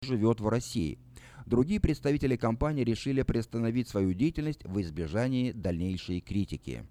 живет в России. Другие представители компании решили приостановить свою деятельность в избежании дальнейшей критики.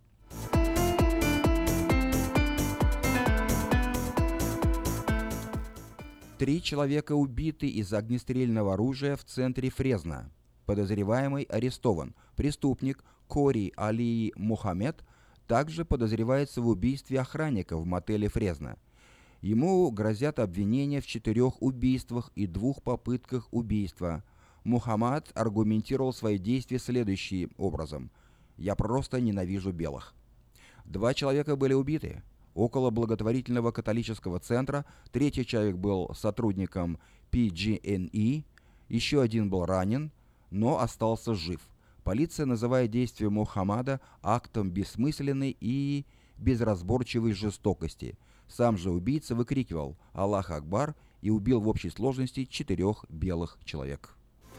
Три человека убиты из огнестрельного оружия в центре Фресно. Подозреваемый арестован. Преступник Кори Али Мухаммед также подозревается в убийстве охранника в мотеле Фресно. Ему грозят обвинения в 4 убийствах и 2 попытках убийства. Мухаммад аргументировал свои действия следующим образом: «Я просто ненавижу белых». 2 человека были убиты около благотворительного католического центра, 3-й человек был сотрудником PG&E, еще один был ранен, но остался жив. Полиция называет действия Мухаммада актом бессмысленной и безразборчивой жестокости. Сам же убийца выкрикивал «Аллах Акбар» и убил в общей сложности 4 белых человек.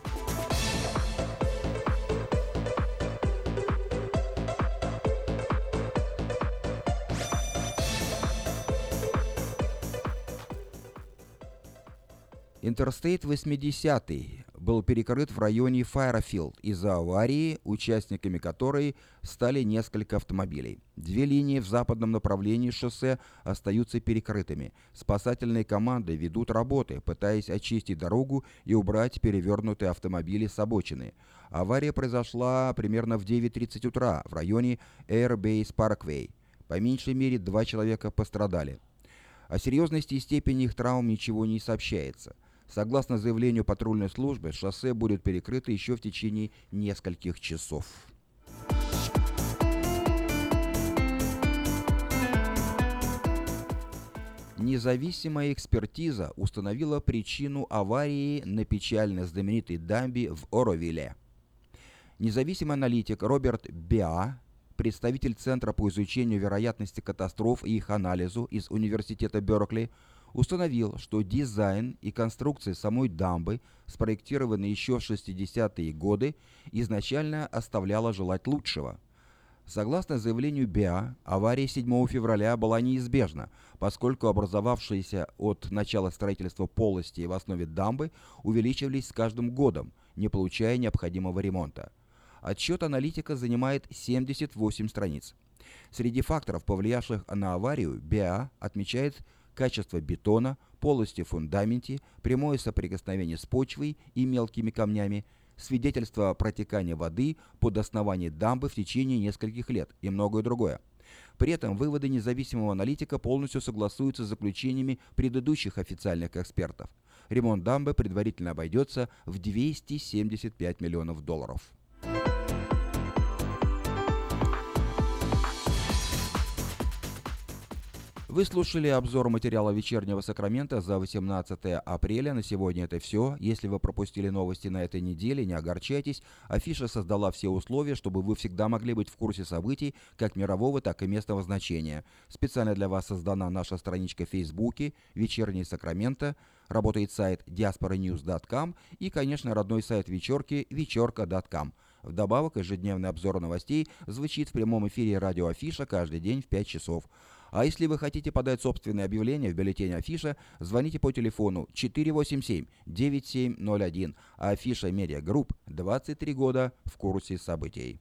Интерстейт 80 был перекрыт в районе Файерфилд из-за аварии, участниками которой стали несколько автомобилей. 2 линии в западном направлении шоссе остаются перекрытыми. Спасательные команды ведут работы, пытаясь очистить дорогу и убрать перевернутые автомобили с обочины. Авария произошла примерно в 9:30 утра в районе Air Base Parkway. По меньшей мере 2 человека пострадали. О серьезности и степени их травм ничего не сообщается. Согласно заявлению патрульной службы, шоссе будет перекрыто еще в течение нескольких часов. Независимая экспертиза установила причину аварии на печально знаменитой дамбе в Оровилле. Независимый аналитик Роберт Беа, представитель Центра по изучению вероятности катастроф и их анализу из Университета Беркли, установил, что дизайн и конструкция самой дамбы, спроектированные еще в 60-е годы, изначально оставляла желать лучшего. Согласно заявлению Беа, авария 7 февраля была неизбежна, поскольку образовавшиеся от начала строительства полости в основе дамбы увеличивались с каждым годом, не получая необходимого ремонта. Отчет аналитика занимает 78 страниц. Среди факторов, повлиявших на аварию, Беа отмечает качество бетона, полости в фундаменте, прямое соприкосновение с почвой и мелкими камнями, свидетельство протекания воды под основанием дамбы в течение нескольких лет и многое другое. При этом выводы независимого аналитика полностью согласуются с заключениями предыдущих официальных экспертов. Ремонт дамбы предварительно обойдется в $275 миллионов. Вы слушали обзор материала «Вечернего Сакрамента» за 18 апреля. На сегодня это все. Если вы пропустили новости на этой неделе, не огорчайтесь. Афиша создала все условия, чтобы вы всегда могли быть в курсе событий как мирового, так и местного значения. Специально для вас создана наша страничка в Фейсбуке «Вечерний Сакраменто». Работает сайт diasporanews.com и, конечно, родной сайт вечерки вечерка.com. Вдобавок, ежедневный обзор новостей звучит в прямом эфире радио Афиша каждый день в 5 часов. А если вы хотите подать собственное объявление в бюллетене Афиша, звоните по телефону 487-9701. Афиша Медиа Групп, 23 года в курсе событий.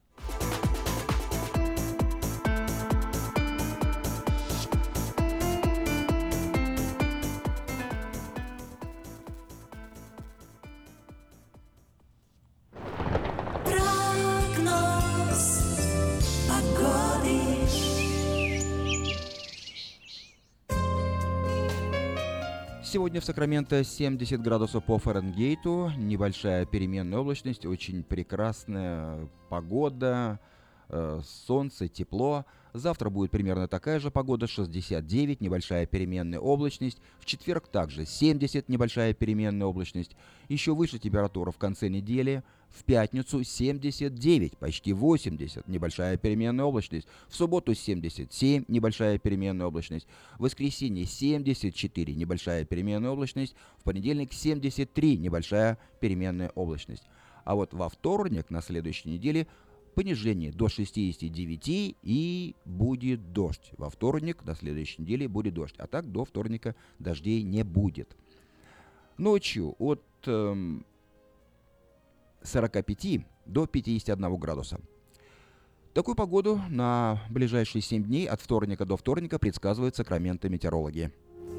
Сегодня в Сакраменто 70 градусов по Фаренгейту, небольшая переменная облачность, очень прекрасная погода, солнце, тепло. Завтра будет примерно такая же погода, 69, небольшая переменная облачность. В четверг также 70, небольшая переменная облачность. Еще выше температура в конце недели. В пятницу 79, почти 80, небольшая переменная облачность. В субботу 77, небольшая переменная облачность. В воскресенье 74, небольшая переменная облачность. В понедельник 73, небольшая переменная облачность. А вот во вторник на следующей неделе понижение до 69 и будет дождь. Во вторник на следующей неделе будет дождь. А так до вторника дождей не будет. Ночью от 45 до 51 градуса. Такую погоду на ближайшие 7 дней от вторника до вторника предсказывают Сакраменто-метеорологи.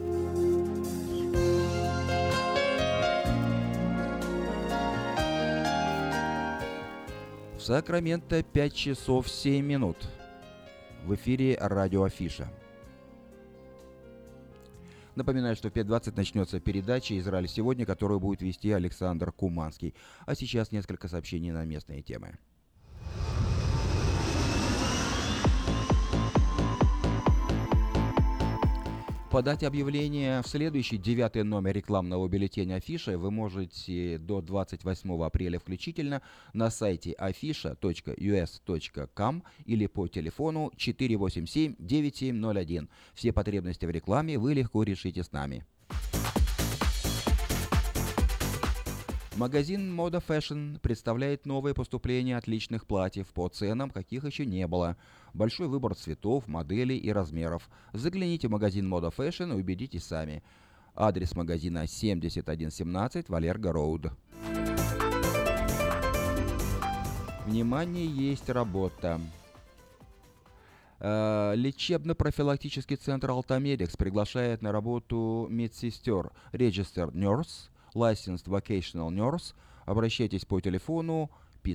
В Сакраменто 5 часов 7 минут. В эфире радио Афиша. Напоминаю, что в 5:20 начнется передача «Израиль сегодня», которую будет вести Александр Куманский. А сейчас несколько сообщений на местные темы. Подать объявление в следующий 9-й номер рекламного бюллетеня «Афиша» вы можете до 28 апреля включительно на сайте afisha.us.com или по телефону 487-9701. Все потребности в рекламе вы легко решите с нами. Магазин Moda Fashion представляет новые поступления отличных платьев по ценам, каких еще не было. Большой выбор цветов, моделей и размеров. Загляните в магазин Moda Fashion и убедитесь сами. Адрес магазина 7117 Валерго Роуд. Внимание, есть работа. Лечебно-профилактический центр «Алтамедикс» приглашает на работу медсестер Registered Nurse, Licensed Vocational Nurse. Обращайтесь по телефону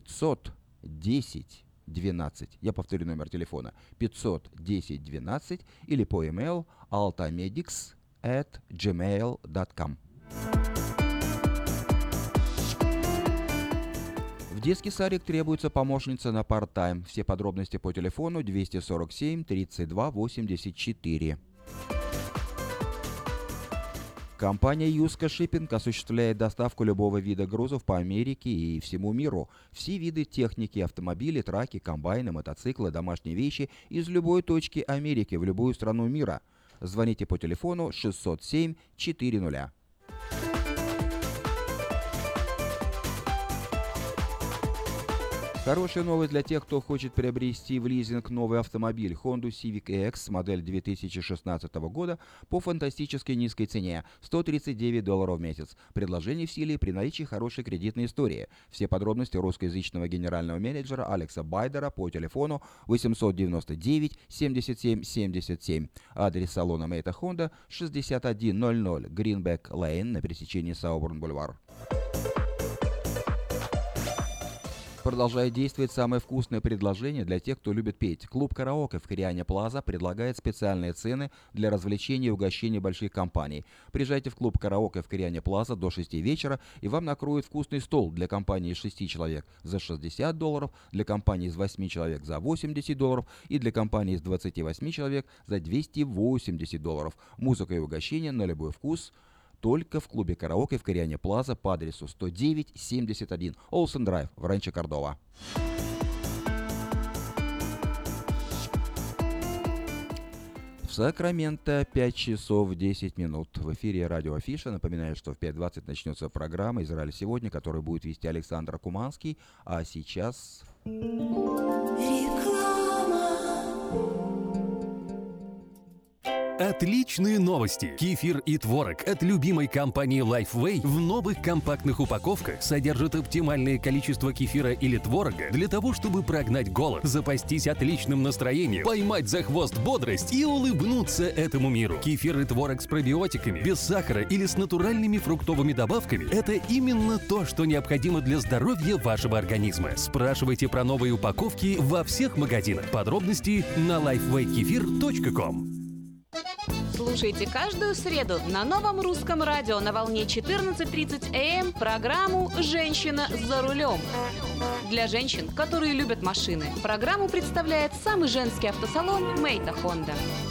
510 12. Я повторю номер телефона. 510 12 или по email altamedics@gmail.com. В детский садик требуется помощница на part-time. Все подробности по телефону 247 32 84. Компания Юска Shipping осуществляет доставку любого вида грузов по Америке и всему миру. Все виды техники, автомобили, траки, комбайны, мотоциклы, домашние вещи из любой точки Америки в любую страну мира. Звоните по телефону 607 400. Хорошая новость для тех, кто хочет приобрести в лизинг новый автомобиль Honda Civic EX модель 2016 года по фантастически низкой цене – $139 в месяц. Предложение в силе при наличии хорошей кредитной истории. Все подробности русскоязычного генерального менеджера Алекса Байдера по телефону 899 77 77. Адрес салона Мэйта Honda 6100 Greenback Lane на пересечении Сауборн-Бульвар. Продолжает действовать самое вкусное предложение для тех, кто любит петь. Клуб «Караоке» в Кориане Плаза предлагает специальные цены для развлечений и угощений больших компаний. Приезжайте в клуб «Караоке» в Кориане Плаза до 6 вечера, и вам накроют вкусный стол для компании из 6 человек за $60, для компании из 8 человек за $80 и для компании из 28 человек за $280. Музыка и угощения на любой вкус – только в клубе «Караоке» в Кориане Плаза по адресу 109-71 Олсен Драйв в Ранчо Кордова. В Сакраменто 5 часов 10 минут. В эфире радио Афиша. Напоминаю, что в 5:20 начнется программа «Израиль сегодня», которую будет вести Александр Куманский. А сейчас... Отличные новости! Кефир и творог от любимой компании Lifeway в новых компактных упаковках содержат оптимальное количество кефира или творога для того, чтобы прогнать голод, запастись отличным настроением, поймать за хвост бодрость и улыбнуться этому миру. Кефир и творог с пробиотиками, без сахара или с натуральными фруктовыми добавками – это именно то, что необходимо для здоровья вашего организма. Спрашивайте про новые упаковки во всех магазинах. Подробности на lifewaykefir.com. Слушайте каждую среду на новом русском радио на волне 14:30 АМ программу «Женщина за рулем». Для женщин, которые любят машины, программу представляет самый женский автосалон «Мэйта Honda».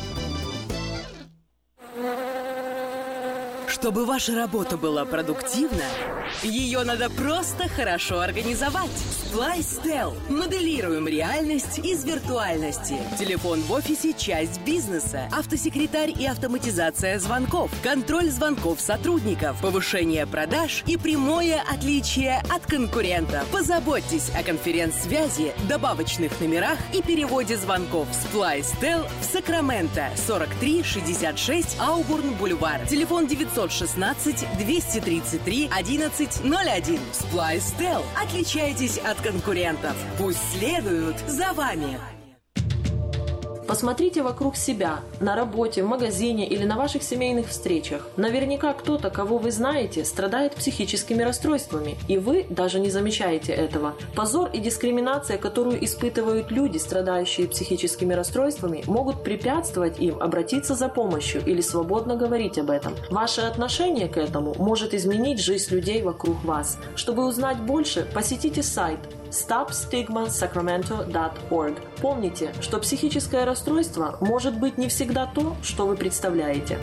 Чтобы ваша работа была продуктивна, ее надо просто хорошо организовать. SpliceTel. Моделируем реальность из виртуальности. Телефон в офисе – часть бизнеса. Автосекретарь и автоматизация звонков. Контроль звонков сотрудников. Повышение продаж и прямое отличие от конкурентов. Позаботьтесь о конференц-связи, добавочных номерах и переводе звонков. SpliceTel в Сакраменто. 4366 Аубурн-Бульвар. Телефон 916 716-233-1101. SplyceTel. Отличайтесь от конкурентов. Пусть следуют за вами. Посмотрите вокруг себя, на работе, в магазине или на ваших семейных встречах. Наверняка кто-то, кого вы знаете, страдает психическими расстройствами, и вы даже не замечаете этого. Позор и дискриминация, которую испытывают люди, страдающие психическими расстройствами, могут препятствовать им обратиться за помощью или свободно говорить об этом. Ваше отношение к этому может изменить жизнь людей вокруг вас. Чтобы узнать больше, посетите сайт stopstigmasacramento.org. Помните, что психическое расстройство может быть не всегда то, что вы представляете.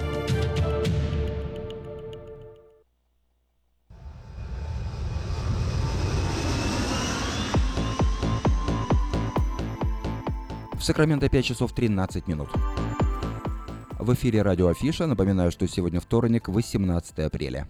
В Сакраменто 5 часов 13 минут. В эфире радио Афиша. Напоминаю, что сегодня вторник, 18 апреля.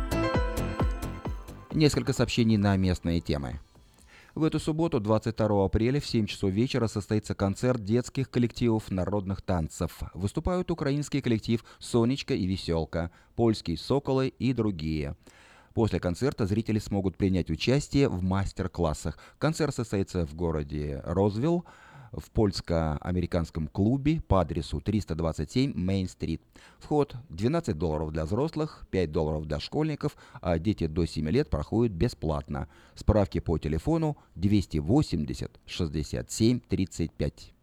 Несколько сообщений на местные темы. В эту субботу, 22 апреля, в 7 часов вечера состоится концерт детских коллективов народных танцев. Выступают украинский коллектив «Сонечка» и «Веселка», польские «Соколы» и другие. После концерта зрители смогут принять участие в мастер-классах. Концерт состоится в городе Розвилл, в польско-американском клубе по адресу 327 Мейн-стрит. Вход $12 для взрослых, $5 для школьников, а дети до 7 лет проходят бесплатно. Справки по телефону 280 67 35.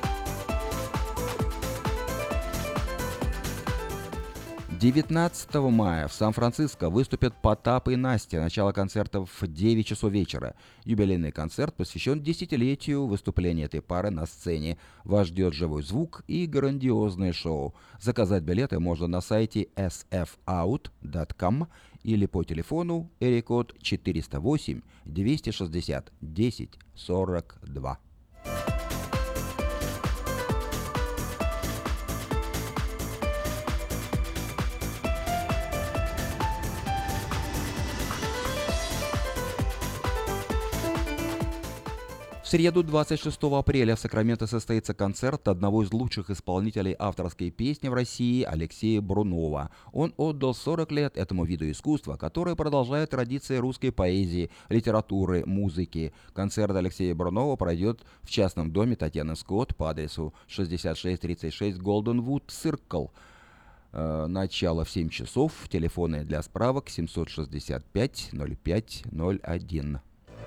19 мая в Сан-Франциско выступят Потап и Настя. Начало концерта в 9 часов вечера. Юбилейный концерт посвящен десятилетию выступления этой пары на сцене. Вас ждет живой звук и грандиозное шоу. Заказать билеты можно на сайте sfout.com или по телефону эрикод 408 260 10 42. В среду 26 апреля в Сакраменто состоится концерт одного из лучших исполнителей авторской песни в России Алексея Брунова. Он отдал 40 лет этому виду искусства, которое продолжает традиции русской поэзии, литературы, музыки. Концерт Алексея Брунова пройдет в частном доме Татьяны Скотт по адресу 6636 Goldenwood Circle. Начало в 7 часов. Телефоны для справок 765 05 01.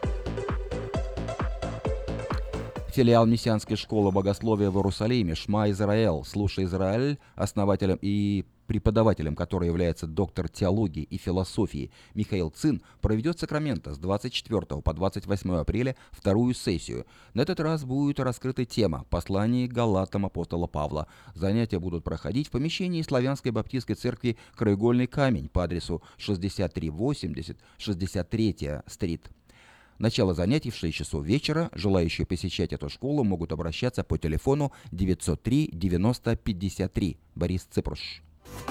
Филиал Мессианской школы богословия в Иерусалиме «Шма Израэль», «Слушай Израиль», основателем и преподавателем, который является доктор теологии и философии Михаил Цин, проведет в Сакраменто с 24 по 28 апреля вторую сессию. На этот раз будет раскрыта тема «Послание к Галатам апостола Павла». Занятия будут проходить в помещении Славянской баптистской церкви «Краеугольный камень» по адресу 6380 63-я стрит. Начало занятий в 6 часов вечера. Желающие посещать эту школу могут обращаться по телефону 903 90 53. Борис Ципруш.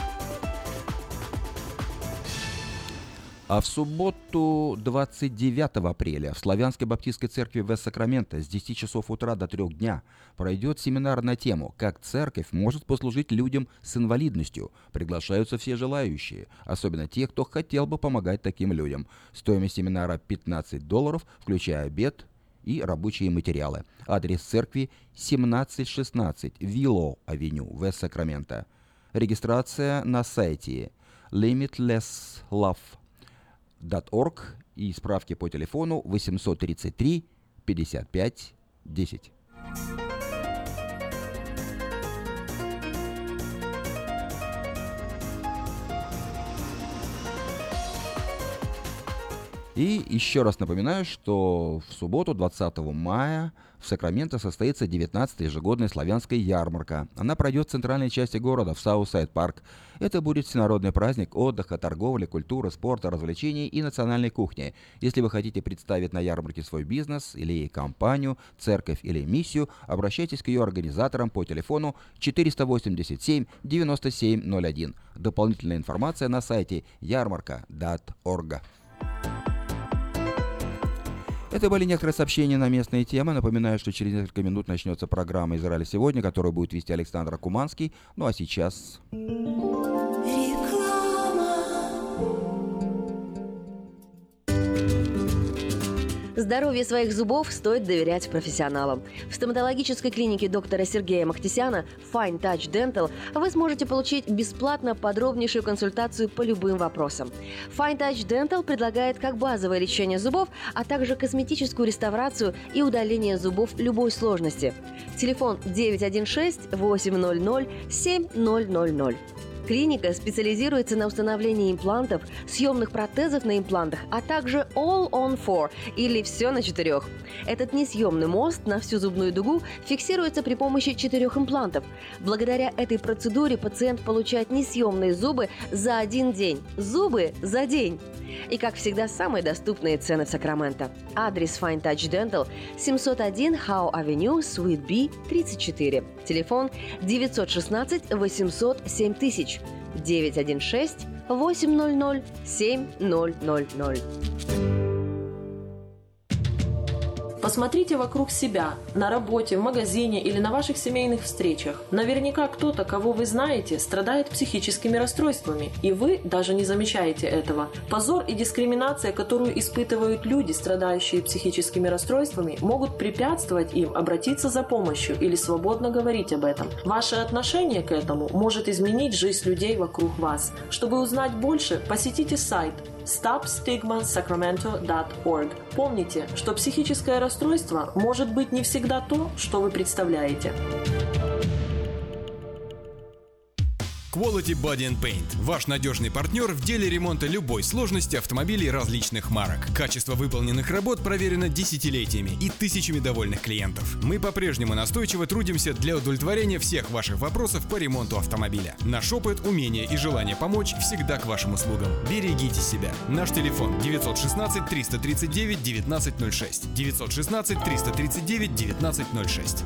А в субботу 29 апреля в Славянской баптистской церкви в Сакраменто с 10 часов утра до 3 дня пройдет семинар на тему «Как церковь может послужить людям с инвалидностью». Приглашаются все желающие, особенно те, кто хотел бы помогать таким людям. Стоимость семинара $15, включая обед и рабочие материалы. Адрес церкви 1716 Виллоу-авеню в Сакраменто. Регистрация на сайте limitlesslove.org и справки по телефону 833 55 10. И еще раз напоминаю, что в субботу, 20 мая, в Сакраменто состоится 19-я ежегодная славянская ярмарка. Она пройдет в центральной части города, в Саутсайд-парк. Это будет всенародный праздник отдыха, торговли, культуры, спорта, развлечений и национальной кухни. Если вы хотите представить на ярмарке свой бизнес или компанию, церковь или миссию, обращайтесь к ее организаторам по телефону 487 9701. Дополнительная информация на сайте yarmarka.org. Это были некоторые сообщения на местные темы. Напоминаю, что через несколько минут начнется программа «Израиль сегодня», которую будет вести Александр Куманский. Ну а сейчас... Реклама. Здоровье своих зубов стоит доверять профессионалам. В стоматологической клинике доктора Сергея Махтисяна Fine Touch Dental вы сможете получить бесплатно подробнейшую консультацию по любым вопросам. Fine Touch Dental предлагает как базовое лечение зубов, а также косметическую реставрацию и удаление зубов любой сложности. Телефон 916-800-7000. Клиника специализируется на установлении имплантов, съемных протезов на имплантах, а также All on 4 или «Все на 4». Этот несъемный мост на всю зубную дугу фиксируется при помощи 4 имплантов. Благодаря этой процедуре пациент получает несъемные зубы за один день. Зубы за день! И, как всегда, самые доступные цены в Сакраменто. Адрес Fine Touch Dental 701 Howe Avenue, Suite B, 34. Телефон 916-800-7000. 916-800-7000. Посмотрите вокруг себя, на работе, в магазине или на ваших семейных встречах. Наверняка кто-то, кого вы знаете, страдает психическими расстройствами, и вы даже не замечаете этого. Позор и дискриминация, которую испытывают люди, страдающие психическими расстройствами, могут препятствовать им обратиться за помощью или свободно говорить об этом. Ваше отношение к этому может изменить жизнь людей вокруг вас. Чтобы узнать больше, посетите сайт stopstigmasacramento.org. Помните, что психическое расстройство может быть не всегда то, что вы представляете. Quality Body and Paint – ваш надежный партнер в деле ремонта любой сложности автомобилей различных марок. Качество выполненных работ проверено десятилетиями и тысячами довольных клиентов. Мы по-прежнему настойчиво трудимся для удовлетворения всех ваших вопросов по ремонту автомобиля. Наш опыт, умение и желание помочь всегда к вашим услугам. Берегите себя. Наш телефон 916-339-1906. 916-339-1906.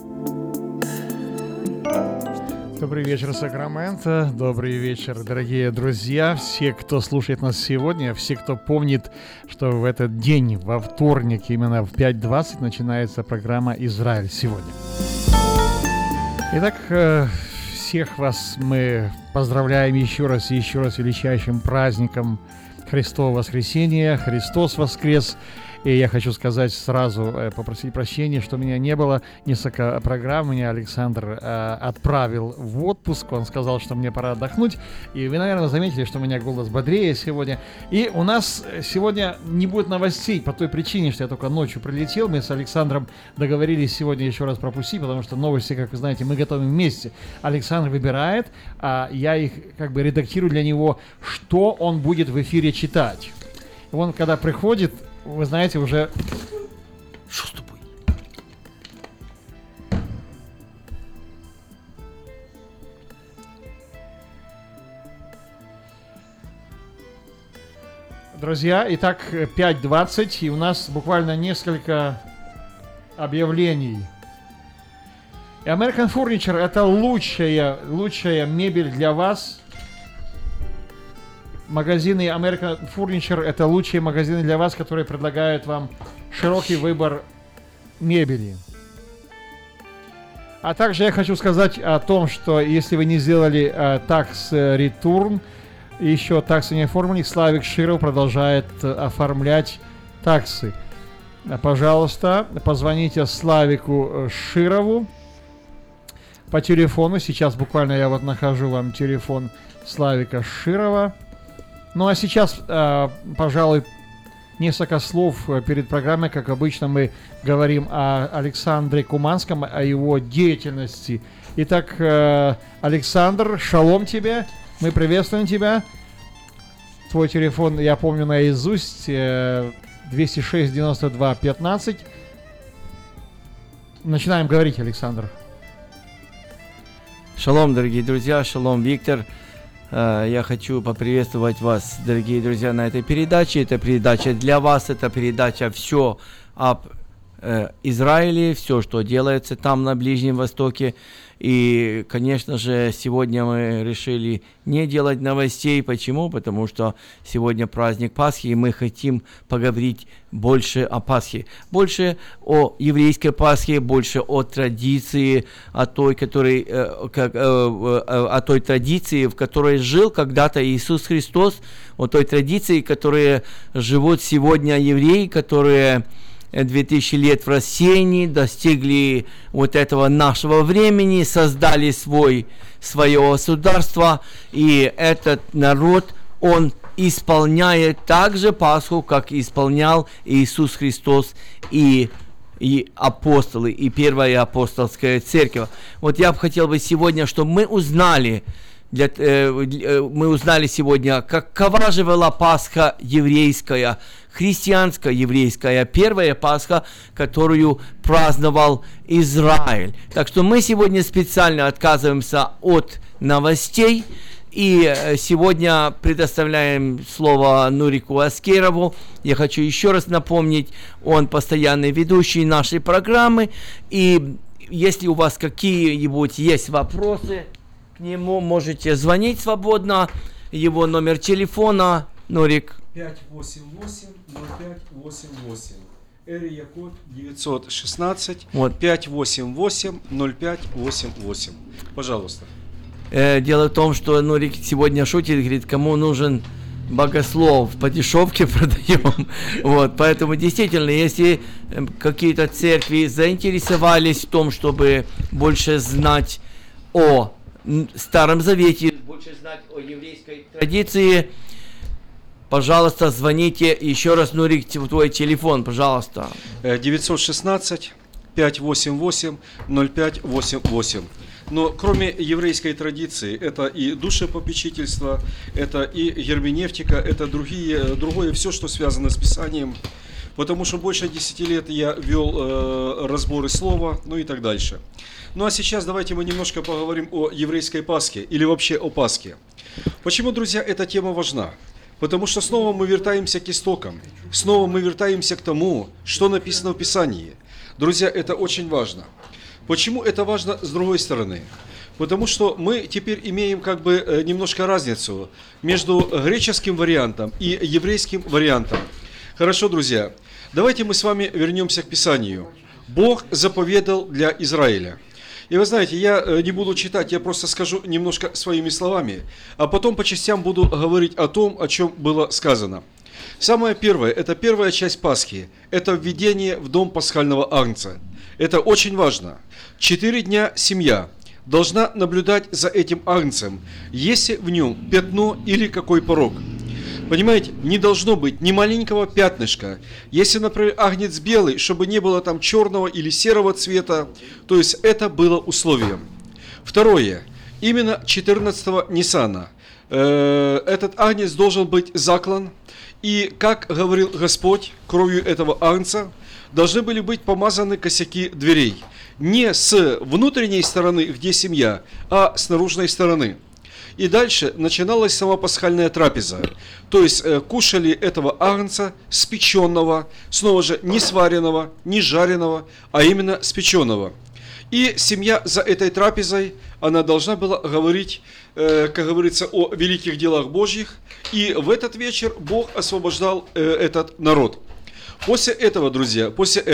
Добрый вечер, Сакраменто. Добрый вечер, дорогие друзья. Все, кто слушает нас сегодня, все, кто помнит, что в этот день, во вторник, именно в 5:20 начинается программа «Израиль сегодня». Итак, всех вас мы поздравляем еще раз величайшим праздником Христова воскресения. Христос воскрес! И я хочу сказать сразу, попросить прощения, что меня не было несколько программ. Меня Александр отправил в отпуск. Он сказал, что мне пора отдохнуть. И вы, наверное, заметили, что у меня голос бодрее сегодня. И у нас сегодня не будет новостей по той причине, что я только ночью прилетел. Мы с Александром договорились сегодня еще раз пропустить, потому что новости, как вы знаете, мы готовим вместе. Александр выбирает, а я их как бы редактирую для него, что он будет в эфире читать. И он, когда приходит, вы знаете, уже... Что с тобой? Друзья, итак, 5:20, и у нас буквально несколько объявлений. И American Furniture – это лучшая мебель для вас. Магазины American Furniture – это лучшие магазины для вас, которые предлагают вам широкий выбор мебели. А также я хочу сказать о том, что если вы не сделали tax return, еще таксы не оформлены, Славик Широв продолжает оформлять таксы. Пожалуйста, позвоните Славику Широву по телефону. Сейчас буквально я вот нахожу вам телефон Славика Широва. Ну а сейчас, пожалуй, несколько слов перед программой. Как обычно, мы говорим о Александре Куманском, о его деятельности. Итак, Александр, шалом тебе. Мы приветствуем тебя. Твой телефон, я помню наизусть, 206-92-15. Начинаем говорить, Александр. Шалом, дорогие друзья, шалом, Виктор. Я хочу поприветствовать вас, дорогие друзья, на этой передаче. Это передача для вас, это передача «Все об Израиле, все, что делается там на Ближнем Востоке. И, конечно же, сегодня мы решили не делать новостей. Почему? Потому что сегодня праздник Пасхи, и мы хотим поговорить больше о Пасхе. Больше о еврейской Пасхе, больше о традиции, о той традиции, в которой жил когда-то Иисус Христос, о той традиции, которая живут сегодня евреи, которые 2000 лет в рассеянии, достигли вот этого нашего времени, создали свое государство, и этот народ, он исполняет так же Пасху, как исполнял Иисус Христос и апостолы, и Первая апостольская церковь. Вот я бы хотел сегодня, чтобы мы узнали сегодня, какова же была Пасха еврейская, христианская еврейская, первая Пасха, которую праздновал Израиль. Так что мы сегодня специально отказываемся от новостей и сегодня предоставляем слово Нурику Аскерову. Я хочу еще раз напомнить, он постоянный ведущий нашей программы, и если у вас какие-нибудь есть вопросы к нему, можете звонить свободно. Его номер телефона, Нурик. 588-0588. Эрия код 916 588-0588. Пожалуйста. Дело в том, что Нурик сегодня шутит, говорит, кому нужен богослов, по дешевке продаем. Вот, поэтому действительно, если какие-то церкви заинтересовались в том, чтобы больше знать о Старом Завете, больше знать о еврейской традиции, пожалуйста, звоните. Еще раз, Нурик, твой телефон, пожалуйста. 916-588-0588. Но кроме еврейской традиции, это и душепопечительство, это и герменевтика, это другое все, что связано с Писанием. Потому что больше 10 лет я вел разборы слова, ну и так дальше. Ну а сейчас давайте мы немножко поговорим о еврейской Пасхе или вообще о Пасхе. Почему, друзья, эта тема важна? Потому что снова мы вертаемся к истокам, снова мы вертаемся к тому, что написано в Писании. Друзья, это очень важно. Почему это важно с другой стороны? Потому что мы теперь имеем немножко разницу между греческим вариантом и еврейским вариантом. Хорошо, друзья, давайте мы с вами вернемся к Писанию. Бог заповедал для Израиля. И вы знаете, я не буду читать, я просто скажу немножко своими словами, а потом по частям буду говорить о том, о чем было сказано. Самое первое, это первая часть Пасхи, это введение в дом пасхального агнца. Это очень важно. 4 дня семья должна наблюдать за этим агнцем, есть ли в нем пятно или какой порок. Понимаете, не должно быть ни маленького пятнышка. Если, например, агнец белый, чтобы не было там черного или серого цвета, то есть это было условием. Второе. Именно 14 Ниссана этот агнец должен быть заклан. И, как говорил Господь, кровью этого агнца должны были быть помазаны косяки дверей. Не с внутренней стороны, где семья, а с наружной стороны. И дальше начиналась сама пасхальная трапеза. То есть кушали этого агнца спеченного, снова же не сваренного, не жареного, а именно спеченного. И семья за этой трапезой, она должна была говорить, как говорится, о великих делах Божьих. И в этот вечер Бог освобождал этот народ. После этого, друзья,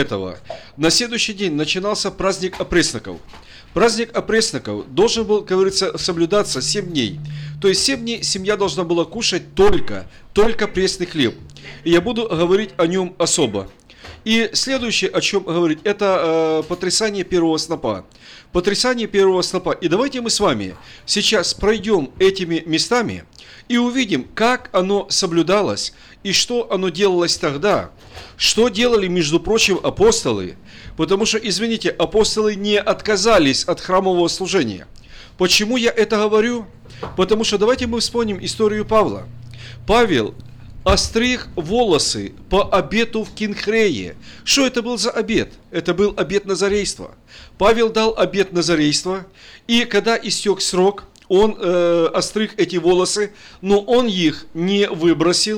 на следующий день начинался праздник опресноков. Праздник опресноков должен был, как говорится, соблюдаться 7 дней. То есть 7 дней семья должна была кушать только пресный хлеб. И я буду говорить о нем особо. И следующее, о чем говорить, это потрясание первого снопа. Потрясание первого снопа. И давайте мы с вами сейчас пройдем этими местами и увидим, как оно соблюдалось и что оно делалось тогда. Что делали, между прочим, апостолы. Потому что, извините, апостолы не отказались от храмового служения. Почему я это говорю? Потому что давайте мы вспомним историю Павла. Павел остриг волосы по обету в Кинхрее. Что это был за обет? Это был обет назарейства. Павел дал обет назарейства, и когда истек срок, он остриг эти волосы, но он их не выбросил,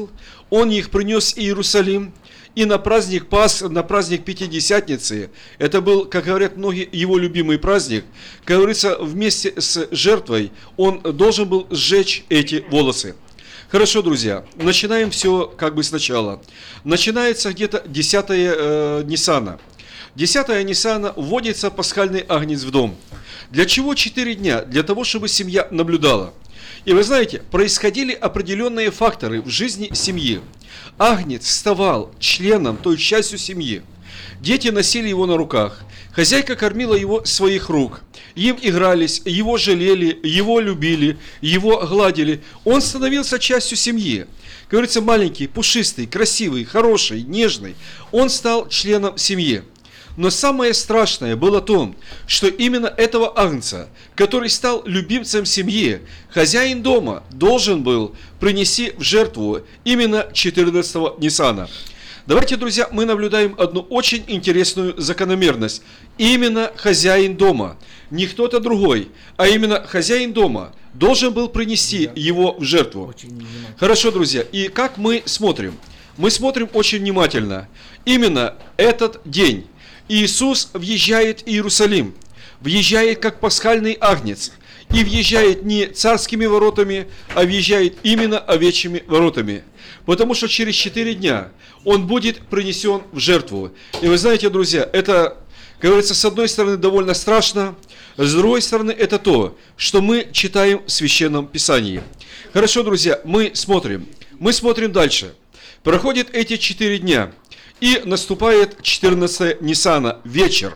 Он их принес в Иерусалим. И на праздник на праздник Пятидесятницы, это был, как говорят многие, его любимый праздник, как говорится, вместе с жертвой он должен был сжечь эти волосы. Хорошо, друзья, начинаем все как бы сначала. Начинается где-то 10 Ниссана. 10 Ниссана вводится пасхальный агнец в дом. Для чего 4 дня? Для того, чтобы семья наблюдала. И вы знаете, происходили определенные факторы в жизни семьи. Агнец ставал членом, то есть частью семьи. Дети носили его на руках. Хозяйка кормила его своих рук. Им игрались, его жалели, его любили, его гладили. Он становился частью семьи. Как говорится, маленький, пушистый, красивый, хороший, нежный. Он стал членом семьи. Но самое страшное было то, что именно этого агнца, который стал любимцем семьи, хозяин дома должен был принести в жертву именно 14 Ниссана. Давайте, друзья, мы наблюдаем одну очень интересную закономерность. Именно хозяин дома, не кто-то другой, а именно хозяин дома должен был принести его в жертву. Хорошо, друзья, и как мы смотрим? Мы смотрим очень внимательно. Именно этот день Иисус въезжает в Иерусалим, въезжает как пасхальный агнец, и въезжает не царскими воротами, а въезжает именно овечьими воротами. Потому что через 4 дня он будет принесен в жертву. И вы знаете, друзья, это, как говорится, с одной стороны довольно страшно, с другой стороны это то, что мы читаем в Священном Писании. Хорошо, друзья, мы смотрим дальше. Проходят эти 4 дня. И наступает 14 Ниссана, вечер.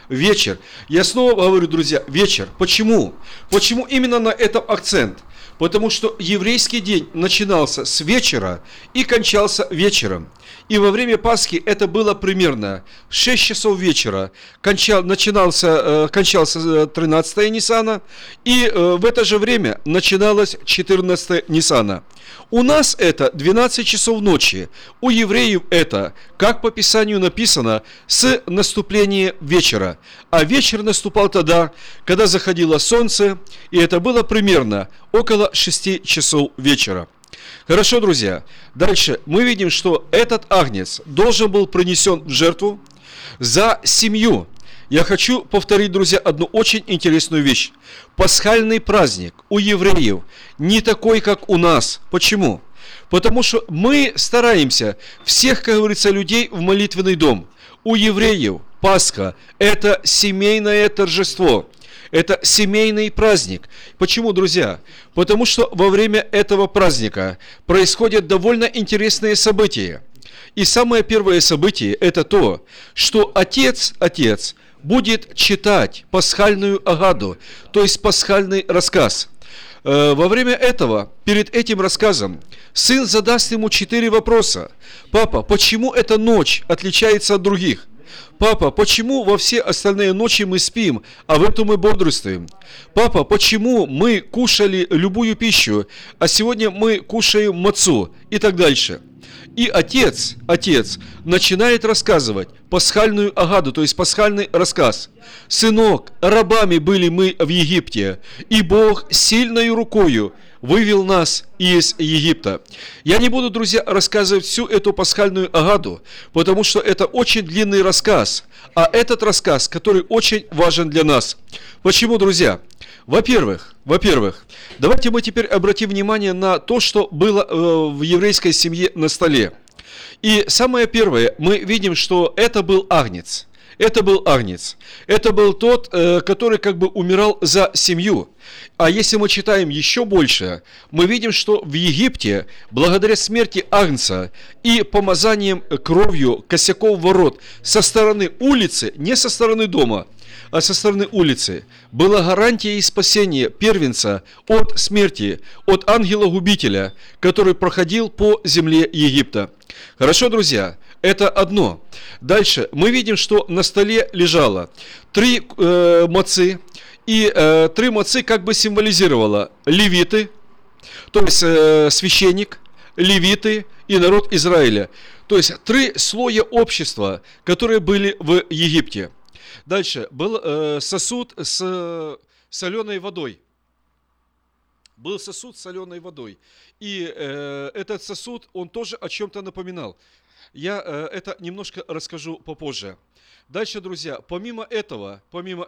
Я снова говорю, друзья, вечер. Почему? Почему именно на этом акцент? Потому что еврейский день начинался с вечера и кончался вечером. И во время Пасхи это было примерно 6 часов вечера. Кончался 13 Ниссана, и в это же время начиналось 14 Ниссана. У нас это 12 часов ночи. У евреев это, как по Писанию написано, с наступления вечера. А вечер наступал тогда, когда заходило солнце, и это было примерно около 6 часов вечера. Хорошо, друзья. Дальше мы видим, что этот агнец должен был принесен в жертву за семью. Я хочу повторить, друзья, одну очень интересную вещь. Пасхальный праздник у евреев не такой, как у нас. Почему? Потому что мы стараемся всех, как говорится, людей в молитвенный дом. У евреев Пасха – это семейное торжество. Это семейный праздник. Почему, друзья? Потому что во время этого праздника происходят довольно интересные события. И самое первое событие – это то, что отец будет читать пасхальную агаду, то есть пасхальный рассказ. Во время этого, перед этим рассказом, сын задаст ему 4 вопроса. Папа, почему эта ночь отличается от других? Папа, почему во все остальные ночи мы спим, а в эту мы бодрствуем? Папа, почему мы кушали любую пищу, а сегодня мы кушаем мацу? И так дальше. И отец начинает рассказывать пасхальную агаду, то есть пасхальный рассказ. «Сынок, рабами были мы в Египте, и Бог сильною рукою вывел нас из Египта». Я не буду, друзья, рассказывать всю эту пасхальную агаду, потому что это очень длинный рассказ, а этот рассказ, который очень важен для нас. Почему, друзья? Во-первых, давайте мы теперь обратим внимание на то, что было в еврейской семье на столе. И самое первое, мы видим, что это был агнец. Это был тот, который как бы умирал за семью. А если мы читаем еще больше, мы видим, что в Египте, благодаря смерти агнца и помазанием кровью косяков ворот со стороны улицы, не со стороны дома, а со стороны улицы, была гарантия спасения первенца от смерти, от ангела-губителя, который проходил по земле Египта. Хорошо, друзья, это одно. Дальше мы видим, что на столе лежало 3 мацы, и 3 мацы как бы символизировало левиты, то есть священник, левиты и народ Израиля. То есть 3 слоя общества, которые были в Египте. Дальше был сосуд с соленой водой. был сосуд с соленой водой. И этот сосуд, он тоже о чем-то напоминал. Я это немножко расскажу попозже. Дальше, друзья, помимо этого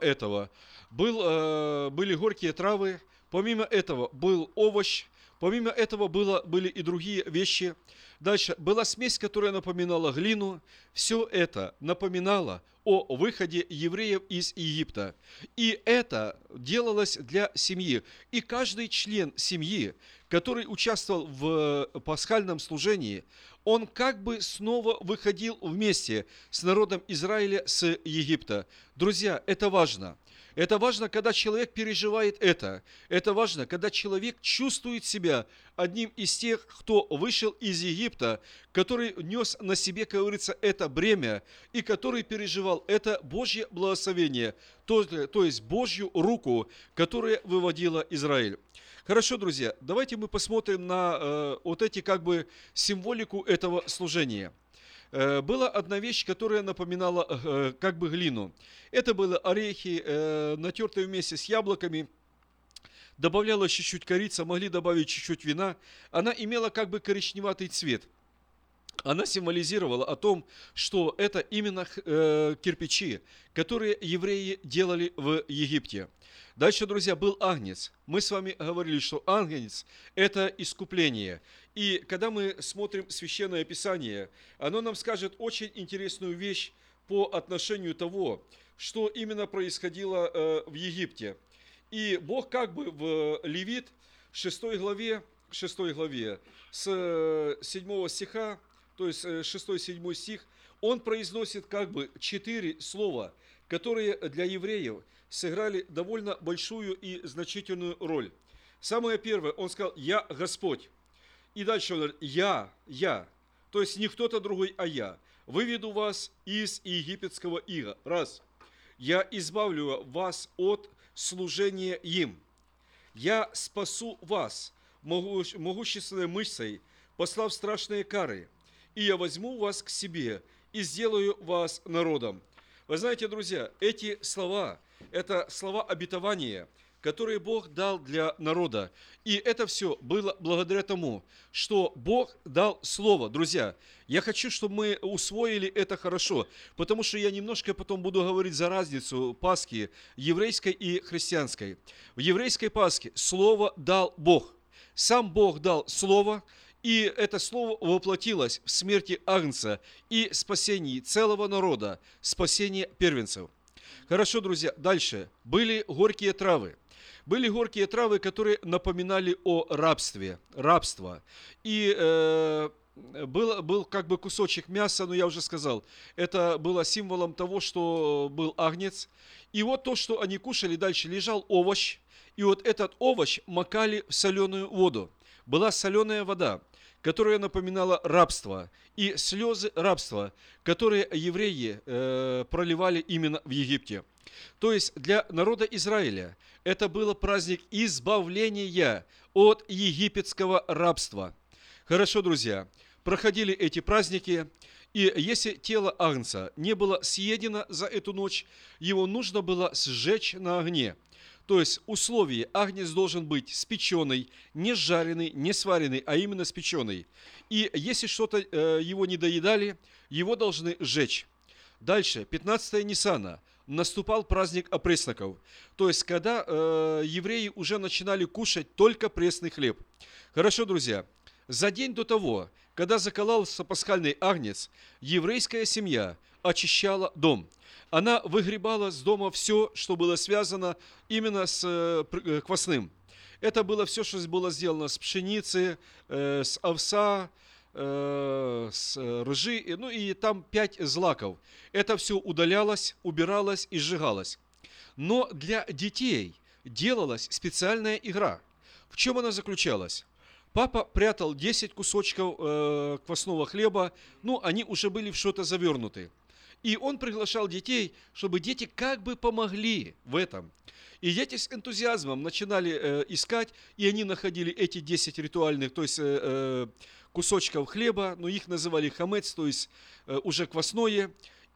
были горькие травы, помимо этого был овощ, помимо этого были и другие вещи. Дальше была смесь, которая напоминала глину. Все это напоминало о выходе евреев из Египта. И это делалось для семьи. И каждый член семьи, который участвовал в пасхальном служении, он как бы снова выходил вместе с народом Израиля с Египта. Друзья, это важно. Это важно, когда человек переживает это. Это важно, когда человек чувствует себя одним из тех, кто вышел из Египта, который нес на себе, как говорится, это бремя, и который переживал это Божье благословение, то есть Божью руку, которая выводила Израиль. Хорошо, друзья, давайте мы посмотрим на вот эти как бы символику этого служения. Была одна вещь, которая напоминала как бы глину. Это были орехи, натертые вместе с яблоками. Добавлялось чуть-чуть корицы, могли добавить чуть-чуть вина. Она имела как бы коричневатый цвет. Она символизировала о том, что это именно кирпичи, которые евреи делали в Египте. Дальше, друзья, был агнец. Мы с вами говорили, что агнец – это искупление. И когда мы смотрим Священное Писание, оно нам скажет очень интересную вещь по отношению того, что именно происходило в Египте. И Бог как бы в Левит 6 главе с 7 стиха, то есть 6-7 стих, он произносит как бы 4 слова, которые для евреев сыграли довольно большую и значительную роль. Самое первое, он сказал: «Я Господь». И дальше он говорит: «Я». То есть не кто-то другой, а я. «Выведу вас из египетского ига». Раз. «Я избавлю вас от служения им». «Я спасу вас могущественной мышцей, послав страшные кары. И я возьму вас к себе и сделаю вас народом». Вы знаете, друзья, эти слова – это слова обетования, которые Бог дал для народа. И это все было благодаря тому, что Бог дал слово. Друзья, я хочу, чтобы мы усвоили это хорошо, потому что я немножко потом буду говорить за разницу Пасхи еврейской и христианской. В еврейской Пасхе слово дал Бог. Сам Бог дал слово, и это слово воплотилось в смерти Агнца и спасении целого народа, спасении первенцев. Хорошо, друзья, дальше. Были горькие травы. Были горькие травы, которые напоминали о рабстве, рабство. И был как бы кусочек мяса, но я уже сказал, это было символом того, что был агнец. И вот то, что они кушали, дальше лежал овощ. И вот этот овощ макали в соленую воду. Была соленая вода, которая напоминала рабство, и слезы рабства, которые евреи проливали именно в Египте. То есть для народа Израиля это был праздник избавления от египетского рабства. Хорошо, друзья, проходили эти праздники, и если тело агнца не было съедено за эту ночь, его нужно было сжечь на огне. То есть условие: агнец должен быть спеченный, не жареный, не сваренный, а именно спеченный. И если что-то его не доедали, его должны сжечь. Дальше, 15 Ниссана, наступал праздник опресноков. То есть, когда евреи уже начинали кушать только пресный хлеб. Хорошо, друзья, за день до того, когда закололся пасхальный агнец, еврейская семья очищала дом. Она выгребала с дома все, что было связано именно с квасным. Это было все, что было сделано с пшеницы, с овса, с ржи, ну и там 5 злаков. Это все удалялось, убиралось и сжигалось. Но для детей делалась специальная игра. В чем она заключалась? Папа прятал 10 кусочков квасного хлеба, ну они уже были в что-то завернуты. И он приглашал детей, чтобы дети как бы помогли в этом. И дети с энтузиазмом начинали искать, и они находили эти 10 ритуальных, то есть кусочков хлеба, но их называли хамец, то есть уже квасное.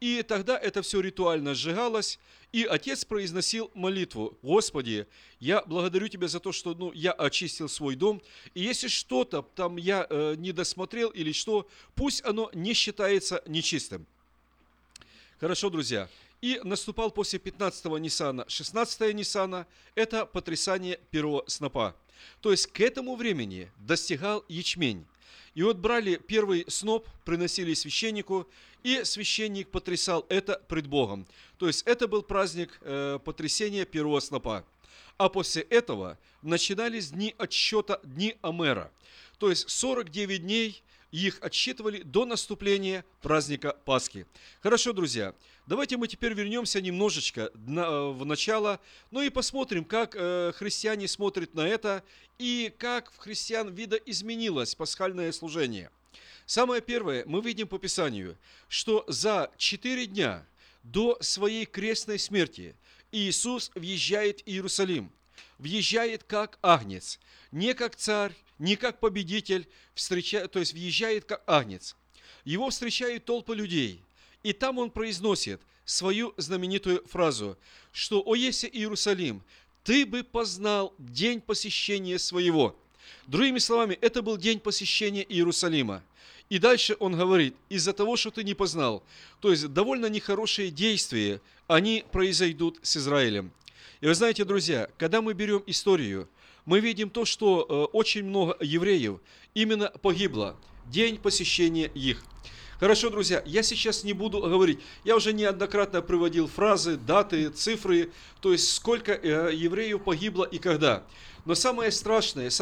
И тогда это все ритуально сжигалось, и отец произносил молитву: «Господи, я благодарю Тебя за то, что я очистил свой дом, и если что-то там я не досмотрел или что, пусть оно не считается нечистым». Хорошо, друзья. И наступал после 15-го Ниссана 16-е Ниссана, это потрясание первого снопа. То есть к этому времени достигал ячмень. И вот брали первый сноп, приносили священнику, и священник потрясал это пред Богом. То есть это был праздник потрясения первого снопа. А после этого начинались дни отсчета, дни Омера. То есть 49 дней их отсчитывали до наступления праздника Пасхи. Хорошо, друзья, давайте мы теперь вернемся немножечко в начало, и посмотрим, как христиане смотрят на это и как в христиан видоизменилось пасхальное служение. Самое первое, мы видим по Писанию, что за 4 дня до своей крестной смерти Иисус въезжает в Иерусалим, въезжает как агнец, не как царь, не как победитель, то есть въезжает как агнец. Его встречают толпы людей, и там он произносит свою знаменитую фразу, что «О, еси Иерусалим, ты бы познал день посещения своего». Другими словами, это был день посещения Иерусалима. И дальше он говорит: из-за того, что ты не познал, то есть довольно нехорошие действия, они произойдут с Израилем. И вы знаете, друзья, когда мы берем историю, мы видим то, что очень много евреев именно погибло в день посещения их. Хорошо, друзья, я сейчас не буду говорить, я уже неоднократно приводил фразы, даты, цифры, то есть сколько евреев погибло и когда. Но самое страшное,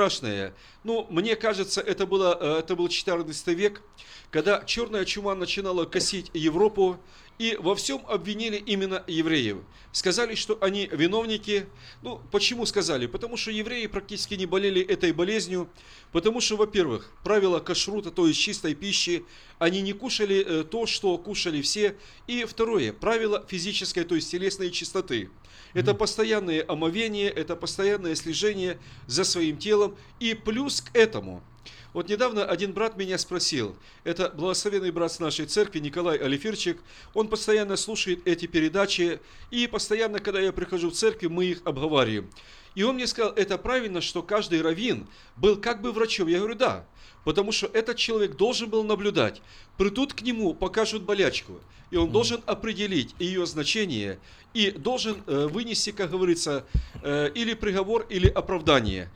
мне кажется, это был 14 век, когда черная чума начинала косить Европу, и во всем обвинили именно евреев. Сказали, что они виновники. Почему сказали? Потому что евреи практически не болели этой болезнью. Потому что, во-первых, правила кашрута, то есть чистой пищи, они не кушали то, что кушали все. И второе, правила физической, то есть телесной чистоты. Это постоянное омовение, это постоянное слежение за своим телом. И плюс к этому... Вот недавно один брат меня спросил, это благословенный брат с нашей церкви Николай Алифирчик, он постоянно слушает эти передачи, и постоянно, когда я прихожу в церковь, мы их обговариваем. И он мне сказал, это правильно, что каждый раввин был как бы врачом. Я говорю, да, потому что этот человек должен был наблюдать. Придут к нему, покажут болячку, и он должен определить ее значение, и должен вынести, как говорится, или приговор, или оправдание.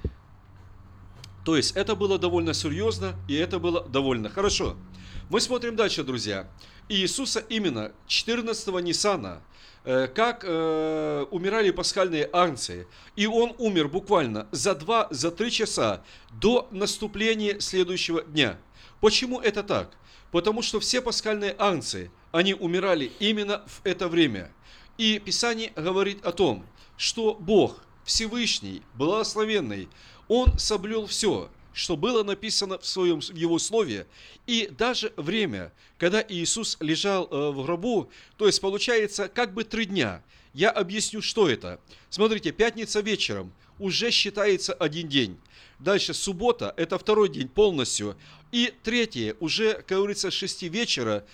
То есть это было довольно серьезно, и это было довольно хорошо. Мы смотрим дальше, друзья. Иисуса именно 14-го Ниссана, как умирали пасхальные агнцы, и он умер буквально за 2-3 часа до наступления следующего дня. Почему это так? Потому что все пасхальные агнцы, они умирали именно в это время. И Писание говорит о том, что Бог Всевышний, благословенный, Он соблюл все, что было написано в Его Слове, и даже время, когда Иисус лежал в гробу, то есть получается как бы 3 дня. Я объясню, что это. Смотрите, пятница вечером уже считается 1 день. Дальше суббота, это 2-й день полностью. И 3-е, уже, как говорится, с 6 вечера